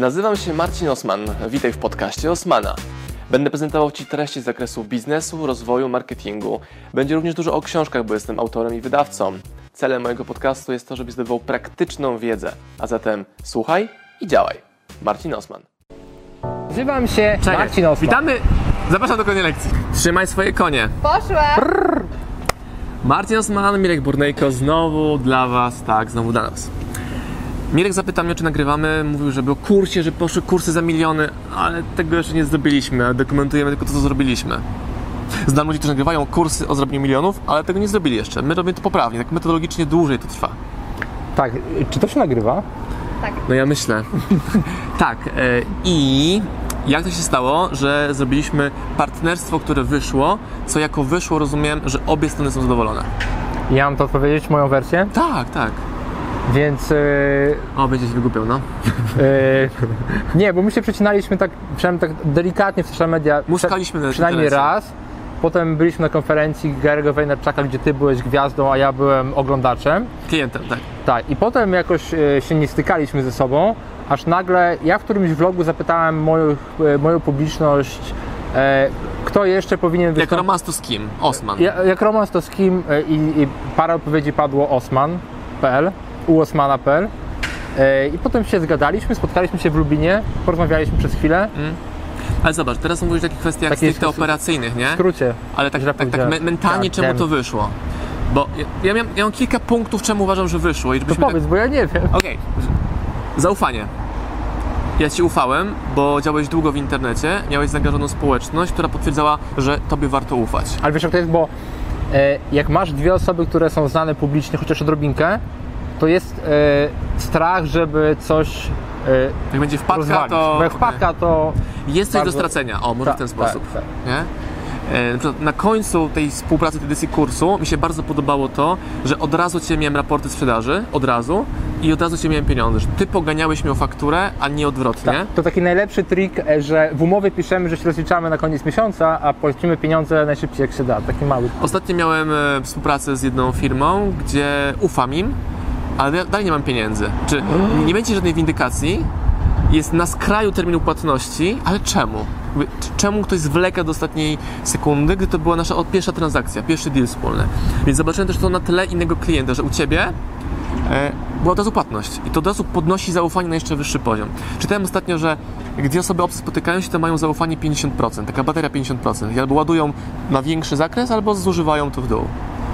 Nazywam się Marcin Osman. Witaj w podcaście Osmana. Będę prezentował Ci treści z zakresu biznesu, rozwoju, marketingu. Będzie również dużo o książkach, bo jestem autorem i wydawcą. Celem mojego podcastu jest to, żebyś zdobywał praktyczną wiedzę. A zatem słuchaj i działaj. Marcin Osman. Nazywam się Marcin Osman. Witamy. Zapraszam do kolejnej lekcji. Trzymaj swoje konie. Poszła! Marcin Osman, Mirek Burnejko, znowu dla Was, znowu dla nas. Mirek zapytał mnie, czy nagrywamy, mówił, żeby o kursie, że poszły kursy za miliony, ale tego jeszcze nie zrobiliśmy, dokumentujemy tylko to, co zrobiliśmy. Znam ludzi, którzy nagrywają kursy o zrobieniu milionów, ale tego nie zrobili jeszcze. My robimy to poprawnie, tak metodologicznie dłużej to trwa. Tak, czy to się nagrywa? Tak. No ja myślę. Tak, i jak to się stało, że zrobiliśmy partnerstwo, które wyszło, co jako wyszło rozumiem, że obie strony są zadowolone. Ja mam to odpowiedzieć, moją wersję? Tak. Więc... O, będzie się wygłupiał, no. Nie, bo my się przecinaliśmy przynajmniej tak delikatnie w social media. Muskaliśmy przynajmniej raz. Potem byliśmy na konferencji Gary'ego Vaynerchuka, gdzie Ty byłeś gwiazdą, a ja byłem oglądaczem. Klientem, tak. Tak, i potem jakoś się nie stykaliśmy ze sobą, aż nagle ja w którymś vlogu zapytałem moją publiczność, kto jeszcze powinien wystąpić. Jak romans to z kim? Osman. Jak romans to z kim i parę odpowiedzi padło Osman.pl, uosmana.pl i potem się zgadaliśmy, spotkaliśmy się w Lublinie, porozmawialiśmy przez chwilę. Ale zobacz, teraz mówisz o takich kwestiach stricte operacyjnych, nie? W skrócie. Ale tak mentalnie czemu to wyszło? Bo ja mam kilka punktów, czemu uważam, że wyszło. I to powiedz, bo ja nie wiem. Okej. Zaufanie. Ja Ci ufałem, bo działałeś długo w internecie, miałeś zaangażowaną społeczność, która potwierdzała, że Tobie warto ufać. Ale wiesz jak to jest, bo jak masz dwie osoby, które są znane publicznie, chociaż odrobinkę, to jest strach, żeby coś jak będzie wpadka, rozwalić. to... Bo jak wpadka, to... Jest coś do stracenia. O, może w ten sposób. Tak. Nie? Na końcu tej współpracy, tej edycji kursu mi się bardzo podobało to, że od razu Cię miałem raporty sprzedaży, od razu Cię miałem pieniądze, że Ty poganiałeś mnie o fakturę, a nie odwrotnie. Tak, to taki najlepszy trik, że w umowie piszemy, że się rozliczamy na koniec miesiąca, a płacimy pieniądze najszybciej jak się da, taki mały. Ostatnio miałem współpracę z jedną firmą, gdzie ufam im, ale dalej nie mam pieniędzy. Czy nie będzie żadnej windykacji, jest na skraju terminu płatności, ale czemu? Czemu ktoś zwleka do ostatniej sekundy, gdy to była nasza pierwsza transakcja, pierwszy deal wspólny? Więc zobaczyłem też to na tle innego klienta, że u Ciebie była od razu płatność i to od razu podnosi zaufanie na jeszcze wyższy poziom. Czytałem ostatnio, że jak dwie osoby obce spotykają się, to mają zaufanie 50%, taka bateria 50%. I albo ładują na większy zakres, albo zużywają to w dół.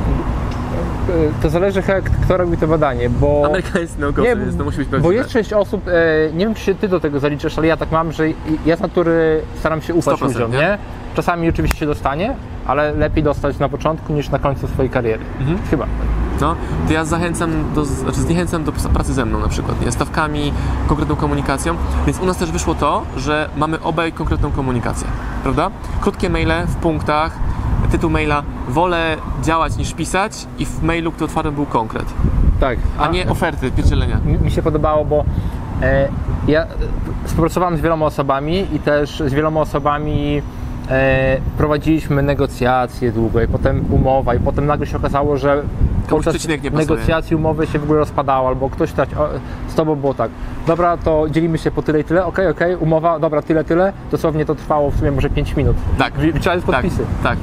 To zależy, kto robi to badanie, bo... Amerykańscy naukowcy, to musi być prawdziwe. Bo jest część osób, nie wiem, czy się Ty do tego zaliczasz, ale ja tak mam, że ja z natury staram się ufać ludziom, nie? Czasami oczywiście się dostanie, ale lepiej dostać na początku niż na końcu swojej kariery. Chyba. No, to ja zniechęcam do pracy ze mną na przykład, nie? Stawkami, konkretną komunikacją, więc u nas też wyszło to, że mamy obaj konkretną komunikację, prawda? Krótkie maile w punktach, tytuł maila, wolę działać niż pisać i w mailu, który otwarłem, był konkret. Tak. A nie oferty, pierdzielenia. Mi się podobało, bo ja współpracowałem z wieloma osobami i też z wieloma osobami prowadziliśmy negocjacje długo i potem umowa i potem nagle się okazało, że podczas negocjacji umowy się w ogóle rozpadało albo ktoś z Tobą było tak, dobra, to dzielimy się po tyle i tyle, okej, umowa, dobra, tyle, dosłownie to trwało w sumie może 5 minut. Tak. Wliczając podpisy. Tak.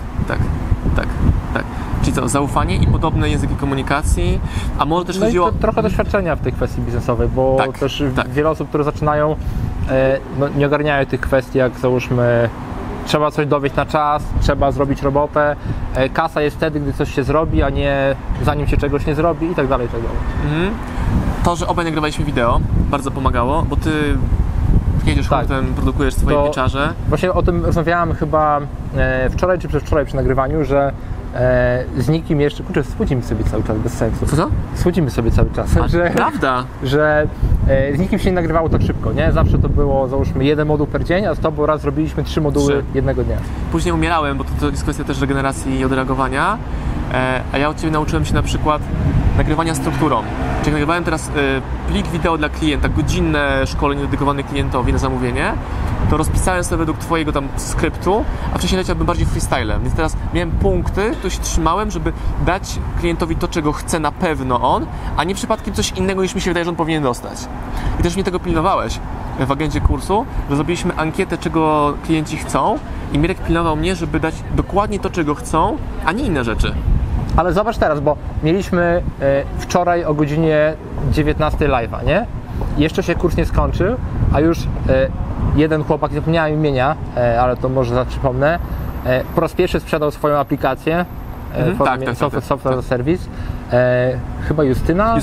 Czyli co, zaufanie i podobne języki komunikacji, a może też chodziło... i trochę doświadczenia w tej kwestii biznesowej, bo też wiele osób, które zaczynają, nie ogarniają tych kwestii, jak załóżmy trzeba coś dowieść na czas, trzeba zrobić robotę, kasa jest wtedy, gdy coś się zrobi, a nie zanim się czegoś nie zrobi i tak dalej, i tak dalej. To, że obaj nagrywaliśmy wideo, bardzo pomagało, bo Ty jedziesz hurtem, produkujesz swoje pieczarze. Właśnie o tym rozmawiałem chyba wczoraj czy przedwczoraj przy nagrywaniu, że z nikim jeszcze, słodzimy sobie cały czas bez sensu. Co? Słodzimy sobie cały czas. Prawda? Że z nikim się nie nagrywało tak szybko, nie? Zawsze to było, załóżmy, jeden moduł per dzień, a z Tobą raz zrobiliśmy 3 moduły jednego dnia. Później umierałem, bo to jest kwestia też regeneracji i odreagowania, a ja od Ciebie nauczyłem się na przykład nagrywania strukturą. Czyli nagrywałem teraz plik wideo dla klienta, godzinne szkolenie dedykowane klientowi na zamówienie, to rozpisałem sobie według Twojego tam skryptu, a wcześniej leciałbym bardziej freestylem, więc teraz miałem punkty, które się trzymałem, żeby dać klientowi to, czego chce na pewno on, a nie przypadkiem coś innego, niż mi się wydaje, że on powinien dostać. I też mnie tego pilnowałeś, w agendzie kursu, że zrobiliśmy ankietę, czego klienci chcą i Mirek pilnował mnie, żeby dać dokładnie to, czego chcą, a nie inne rzeczy. Ale zobacz teraz, bo mieliśmy wczoraj o godzinie 19 live'a, nie? Jeszcze się kurs nie skończył, a już jeden chłopak, nie zapomniałem imienia, ale to może przypomnę, po raz pierwszy sprzedał swoją aplikację w formie software as a service. Chyba Justyna.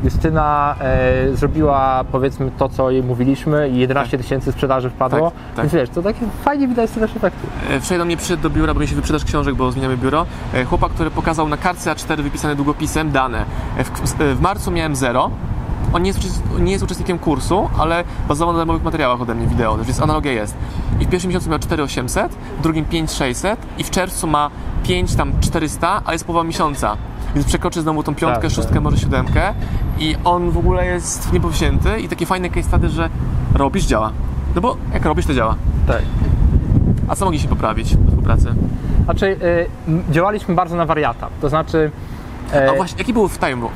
Zrobiła, powiedzmy, to, co jej mówiliśmy i 11 tysięcy sprzedaży wpadło. Tak. Więc wiesz, to takie fajnie widać też efekty. Wczoraj do mnie przyszedł do biura, bo mi się wyprzedaż książek, bo zmieniamy biuro. Chłopak, który pokazał na kartce A4 wypisane długopisem dane. W marcu miałem 0. On nie jest uczestnikiem kursu, ale bazował na darmowych materiałach ode mnie wideo, więc analogia jest. I w pierwszym miesiącu miał 4800, w drugim 5600 i w czerwcu ma 5400, a jest połowa miesiąca. Więc przekroczy znowu tą piątkę, szóstkę, może 7. I on w ogóle jest w niebo wzięty i takie fajne case study, że robisz, działa. No bo jak robisz, to działa. Tak. A co mogli się poprawić w współpracy? Znaczy, działaliśmy bardzo na wariata, to znaczy... A właśnie, jaki był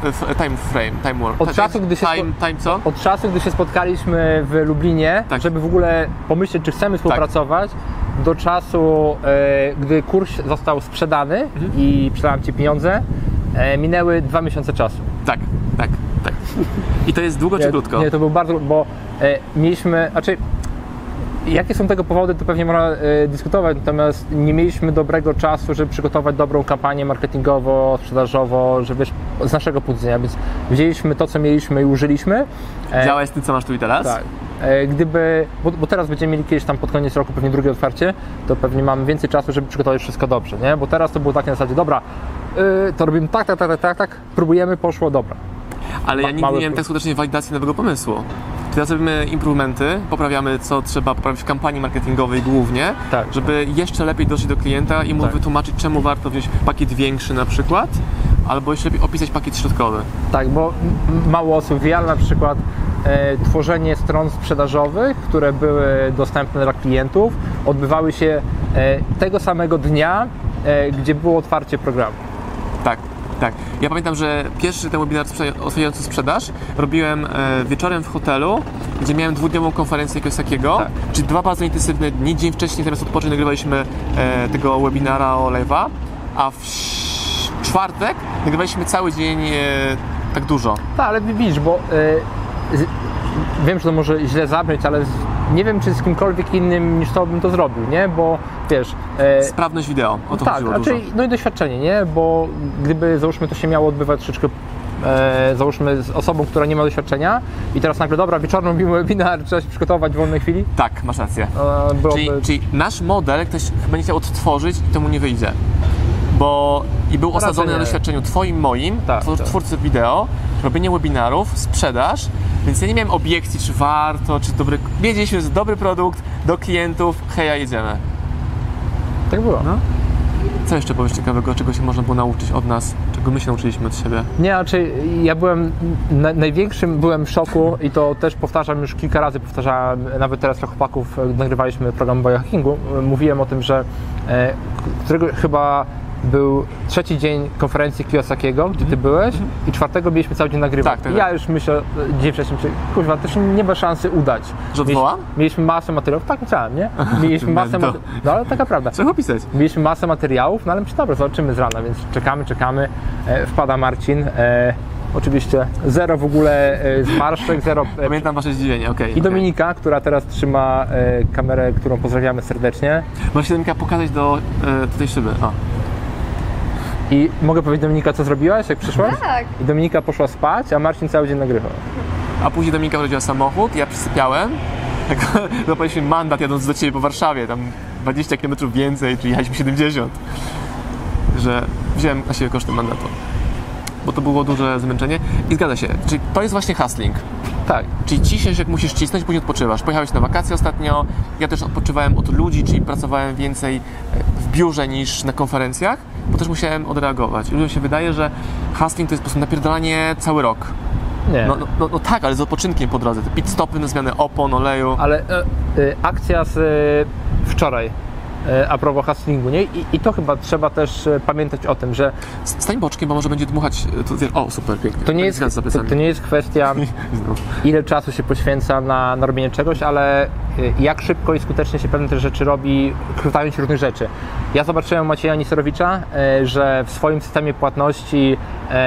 Od czasu, gdy się spotkaliśmy w Lublinie, żeby w ogóle pomyśleć, czy chcemy współpracować, do czasu, gdy kurs został sprzedany i przelałem Ci pieniądze, minęły 2 miesiące czasu. Tak. I to jest długo czy krótko? Nie, to był bardzo, bo mieliśmy, jakie są tego powody, to pewnie można dyskutować, natomiast nie mieliśmy dobrego czasu, żeby przygotować dobrą kampanię marketingowo, sprzedażowo, żeby z naszego punktu widzenia, więc wzięliśmy to, co mieliśmy i użyliśmy. Działaj z tym, co masz tu i teraz? Tak. Bo teraz będziemy mieli kiedyś tam pod koniec roku pewnie drugie otwarcie, to pewnie mamy więcej czasu, żeby przygotować wszystko dobrze, nie? Bo teraz to było tak na zasadzie, dobra, to robimy tak, próbujemy, poszło, dobra. Ale ja nigdy nie miałem tak skutecznej walidacji nowego pomysłu. Teraz robimy improvementy, poprawiamy, co trzeba poprawić w kampanii marketingowej głównie, żeby jeszcze lepiej dotrzeć do klienta i mu wytłumaczyć, czemu warto wziąć pakiet większy na przykład, albo jeszcze lepiej opisać pakiet środkowy. Tak, bo mało osób wie, ale na przykład tworzenie stron sprzedażowych, które były dostępne dla klientów, odbywały się tego samego dnia, gdzie było otwarcie programu. Tak. Ja pamiętam, że pierwszy ten webinar otwierający sprzedaż robiłem wieczorem w hotelu, gdzie miałem 2-dniową konferencję jakiegoś takiego, czyli 2 bardzo intensywne dni. Dzień wcześniej zamiast odpocząć nagrywaliśmy tego webinara o live'a, a w czwartek nagrywaliśmy cały dzień tak dużo. Tak, ale widzisz, bo wiem, że to może źle zabrzmieć, ale nie wiem, czy z kimkolwiek innym niż to bym to zrobił, nie? Bo wiesz... Sprawność wideo, o to chodziło dużo. No i doświadczenie, nie? Bo gdyby, załóżmy, to się miało odbywać troszeczkę, załóżmy, z osobą, która nie ma doświadczenia i teraz nagle, dobra, wieczorem robimy webinar, trzeba się przygotować w wolnej chwili? Tak, masz rację. Czyli nasz model ktoś będzie chciał odtworzyć i to mu nie wyjdzie. Bo był osadzony na doświadczeniu twoim, moim, twórcy wideo, robienie webinarów, sprzedaż, więc ja nie miałem obiekcji, czy warto, czy dobry. Wiedzieliśmy, że jest dobry produkt do klientów, heja, jedziemy. Tak było. No. Co jeszcze powiesz ciekawego, czego się można było nauczyć od nas, czego my się nauczyliśmy od siebie? Nie, ja byłem byłem w szoku i to też powtarzam już kilka razy, powtarzałem nawet teraz dla chłopaków, nagrywaliśmy program biohackingu, mówiłem o tym, że którego chyba był 3. dzień konferencji Kiyosakiego, gdzie ty byłeś i 4. mieliśmy cały dzień nagrywać. Tak. Ja już myślę, dzień wcześniej, kurwa, to się nie ma szansy udać. Że odwołam? Mieliśmy masę materiałów, tak myślałem, nie? Mieliśmy masę no ale taka prawda. Trzeba opisać. Mieliśmy masę materiałów, no ale myślę, dobra, zobaczymy z rana, więc czekamy. Wpada Marcin. Oczywiście zero w ogóle zmarszczek, zero... Pamiętam wasze zdziwienie, okej. I Dominika, która teraz trzyma kamerę, którą pozdrawiamy serdecznie. Możesz Dominika pokazać do tej szyby. O. I mogę powiedzieć, Dominika, co zrobiłaś, jak przyszłaś? Tak. I Dominika poszła spać, a Marcin cały dzień nagrywał. A później Dominika wróciła samochód, ja przysypiałem. Zapaliśmy mandat jadąc do ciebie po Warszawie, tam 20 km więcej, czyli jechaliśmy 70. Że wziąłem na siebie koszty mandatu. Bo to było duże zmęczenie. I zgadza się, czyli to jest właśnie hustling. Tak. Czyli ciśniesz, jak musisz cisnąć, później odpoczywasz. Pojechałeś na wakacje ostatnio, ja też odpoczywałem od ludzi, czyli pracowałem więcej w biurze niż na konferencjach, bo też musiałem odreagować. I ludziom się wydaje, że hustling to jest po prostu napierdalanie cały rok. Nie. No tak, ale z odpoczynkiem po drodze. Te pit stopy na zmianę opon, oleju. Ale akcja z wczoraj. a propos hustlingu, nie? I to chyba trzeba też pamiętać o tym, że Stań boczkiem, bo może będzie dmuchać. O, super, pięknie. to nie jest kwestia, ile czasu się poświęca na robienie czegoś, ale jak szybko i skutecznie się pewne te rzeczy robi, korzystając z różnych rzeczy. Ja zobaczyłem u Macieja Niserowicza, że w swoim systemie płatności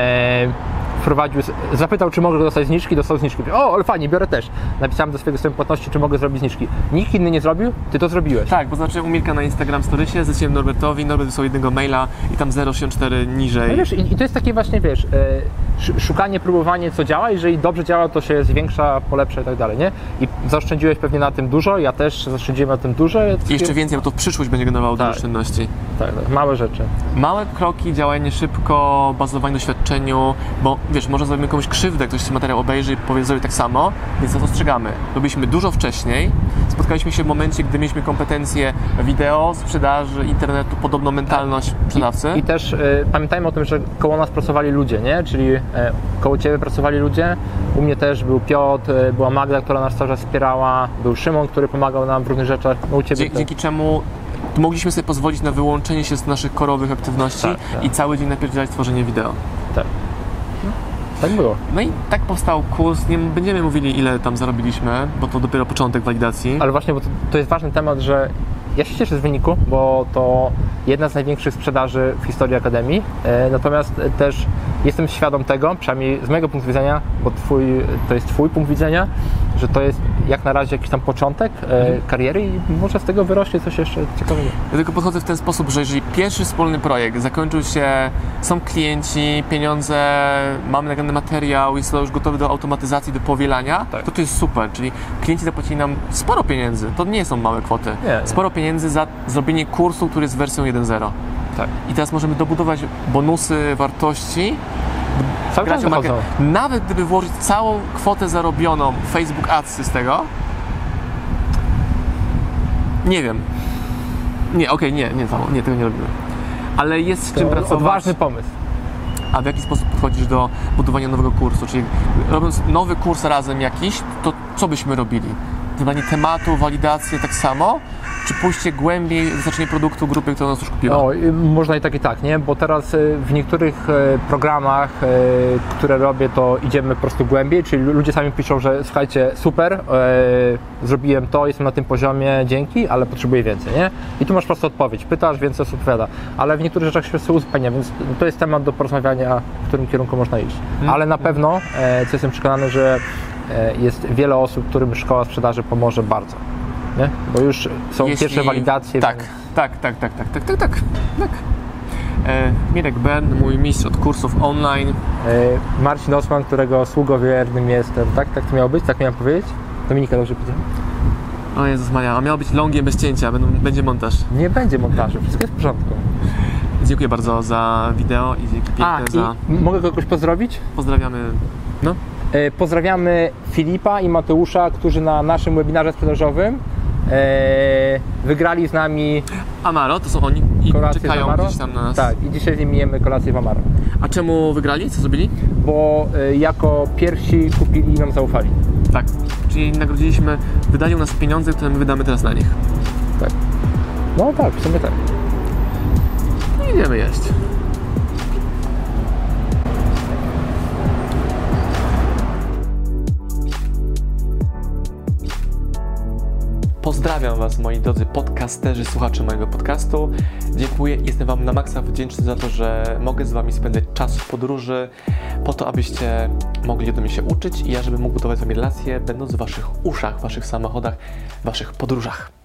zapytał, czy mogę dostać zniżki, dostał zniżki. O, ale fajnie, biorę też. Napisałem do swojego systemu płatności, czy mogę zrobić zniżki. Nikt inny nie zrobił, ty to zrobiłeś. Tak, bo zobaczyłem u Mirka na Instagram Storysie, zleciłem Norbertowi, Norbert wysłał jednego maila i tam 0,84 niżej. No wiesz, i to jest takie właśnie, wiesz, szukanie, próbowanie, co działa. Jeżeli dobrze działa, to się zwiększa, polepsza i tak dalej, nie? I zaoszczędziłeś pewnie na tym dużo, ja też zaoszczędziłem na tym dużo. I jeszcze więcej, bo to w przyszłość będzie generowało dużo oszczędności. Tak, małe rzeczy. Małe kroki, działanie szybko, bazowanie na doświadczeniu, bo wiesz, może zrobimy komuś krzywdę, ktoś ten materiał obejrzy i powie, zrobi tak samo, więc nas ostrzegamy. Robiliśmy dużo wcześniej, spotkaliśmy się w momencie, gdy mieliśmy kompetencje wideo, sprzedaży, internetu, podobną mentalność sprzedawcy. I też pamiętajmy o tym, że koło nas pracowali ludzie, nie? Czyli koło Ciebie pracowali ludzie, u mnie też był Piotr, była Magda, która nas cały czas wspierała, był Szymon, który pomagał nam w różnych rzeczach, no u Ciebie Dzięki czemu mogliśmy sobie pozwolić na wyłączenie się z naszych korowych aktywności i cały dzień napierdzielać tworzenie wideo. Tak. Tak było. No i tak powstał kurs. Nie będziemy mówili, ile tam zarobiliśmy, bo to dopiero początek walidacji. Ale właśnie, bo to jest ważny temat, że ja się cieszę z wyniku, bo to jedna z największych sprzedaży w historii Akademii. Natomiast też jestem świadom tego, przynajmniej z mojego punktu widzenia, bo to jest Twój punkt widzenia, że to jest jak na razie jakiś tam początek kariery i może z tego wyrośnie coś jeszcze ciekawego. Ja tylko podchodzę w ten sposób, że jeżeli pierwszy wspólny projekt zakończył się, są klienci, pieniądze, mamy nagrany materiał, jest to już gotowy do automatyzacji, do powielania, to jest super. Czyli klienci zapłacili nam sporo pieniędzy, to nie są małe kwoty. Nie. Sporo pieniędzy za zrobienie kursu, który jest wersją 1.0. Tak. I teraz możemy dobudować bonusy, wartości. Cały czas dochodzą. Nawet gdyby włożyć całą kwotę zarobioną w Facebook Adsy z tego, nie wiem. Nie, nie, tego nie robimy. Ale jest z czym pracować. Odważny pomysł. A w jaki sposób podchodzisz do budowania nowego kursu? Czyli robiąc nowy kurs razem jakiś, to co byśmy robili? Wybranie tematu, walidację tak samo? Czy pójście głębiej, wyznaczenie produktu grupy, która nas już kupiła? Można i tak, nie? Bo teraz w niektórych programach, które robię, to idziemy po prostu głębiej, czyli ludzie sami piszą, że słuchajcie, super, zrobiłem to, jestem na tym poziomie, dzięki, ale potrzebuję więcej, nie? I tu masz po prostu odpowiedź, pytasz, więcej osób odpowiada. Ale w niektórych rzeczach się uzupełnia, więc to jest temat do porozmawiania, w którym kierunku można iść. Ale na pewno, co jestem przekonany, że jest wiele osób, którym szkoła sprzedaży pomoże bardzo. Nie? Bo już są pierwsze walidacje. Tak. Mirek Bern, mój mistrz od kursów online. Marcin Osman, którego sługowiernym jestem. Tak to miało być? Tak miałem powiedzieć? Dominika, dobrze powiedziałem? O Jezus Maria, a miało być longiem bez cięcia, będzie montaż. Nie będzie montażu, wszystko jest w porządku. Dziękuję bardzo za wideo i dzięki piękne za... Mogę kogoś pozdrowić? Pozdrawiamy. No. Pozdrawiamy Filipa i Mateusza, którzy na naszym webinarze sprzedażowym wygrali z nami Amaro, to są oni i czekają gdzieś tam na nas. Tak, i dzisiaj z nimi jemy kolację w Amaro. A czemu wygrali? Co zrobili? Bo jako pierwsi kupili i nam zaufali. Tak, czyli nagrodziliśmy, wydają nas pieniądze, które my wydamy teraz na nich. Tak. No tak, w sumie tak. I idziemy jeść. Pozdrawiam Was, moi drodzy podcasterzy, słuchacze mojego podcastu. Dziękuję, jestem Wam na maksa wdzięczny za to, że mogę z Wami spędzać czas w podróży, po to, abyście mogli ode mnie się uczyć i ja, żebym mógł budować z Wami relacje, będąc w Waszych uszach, w Waszych samochodach, w Waszych podróżach.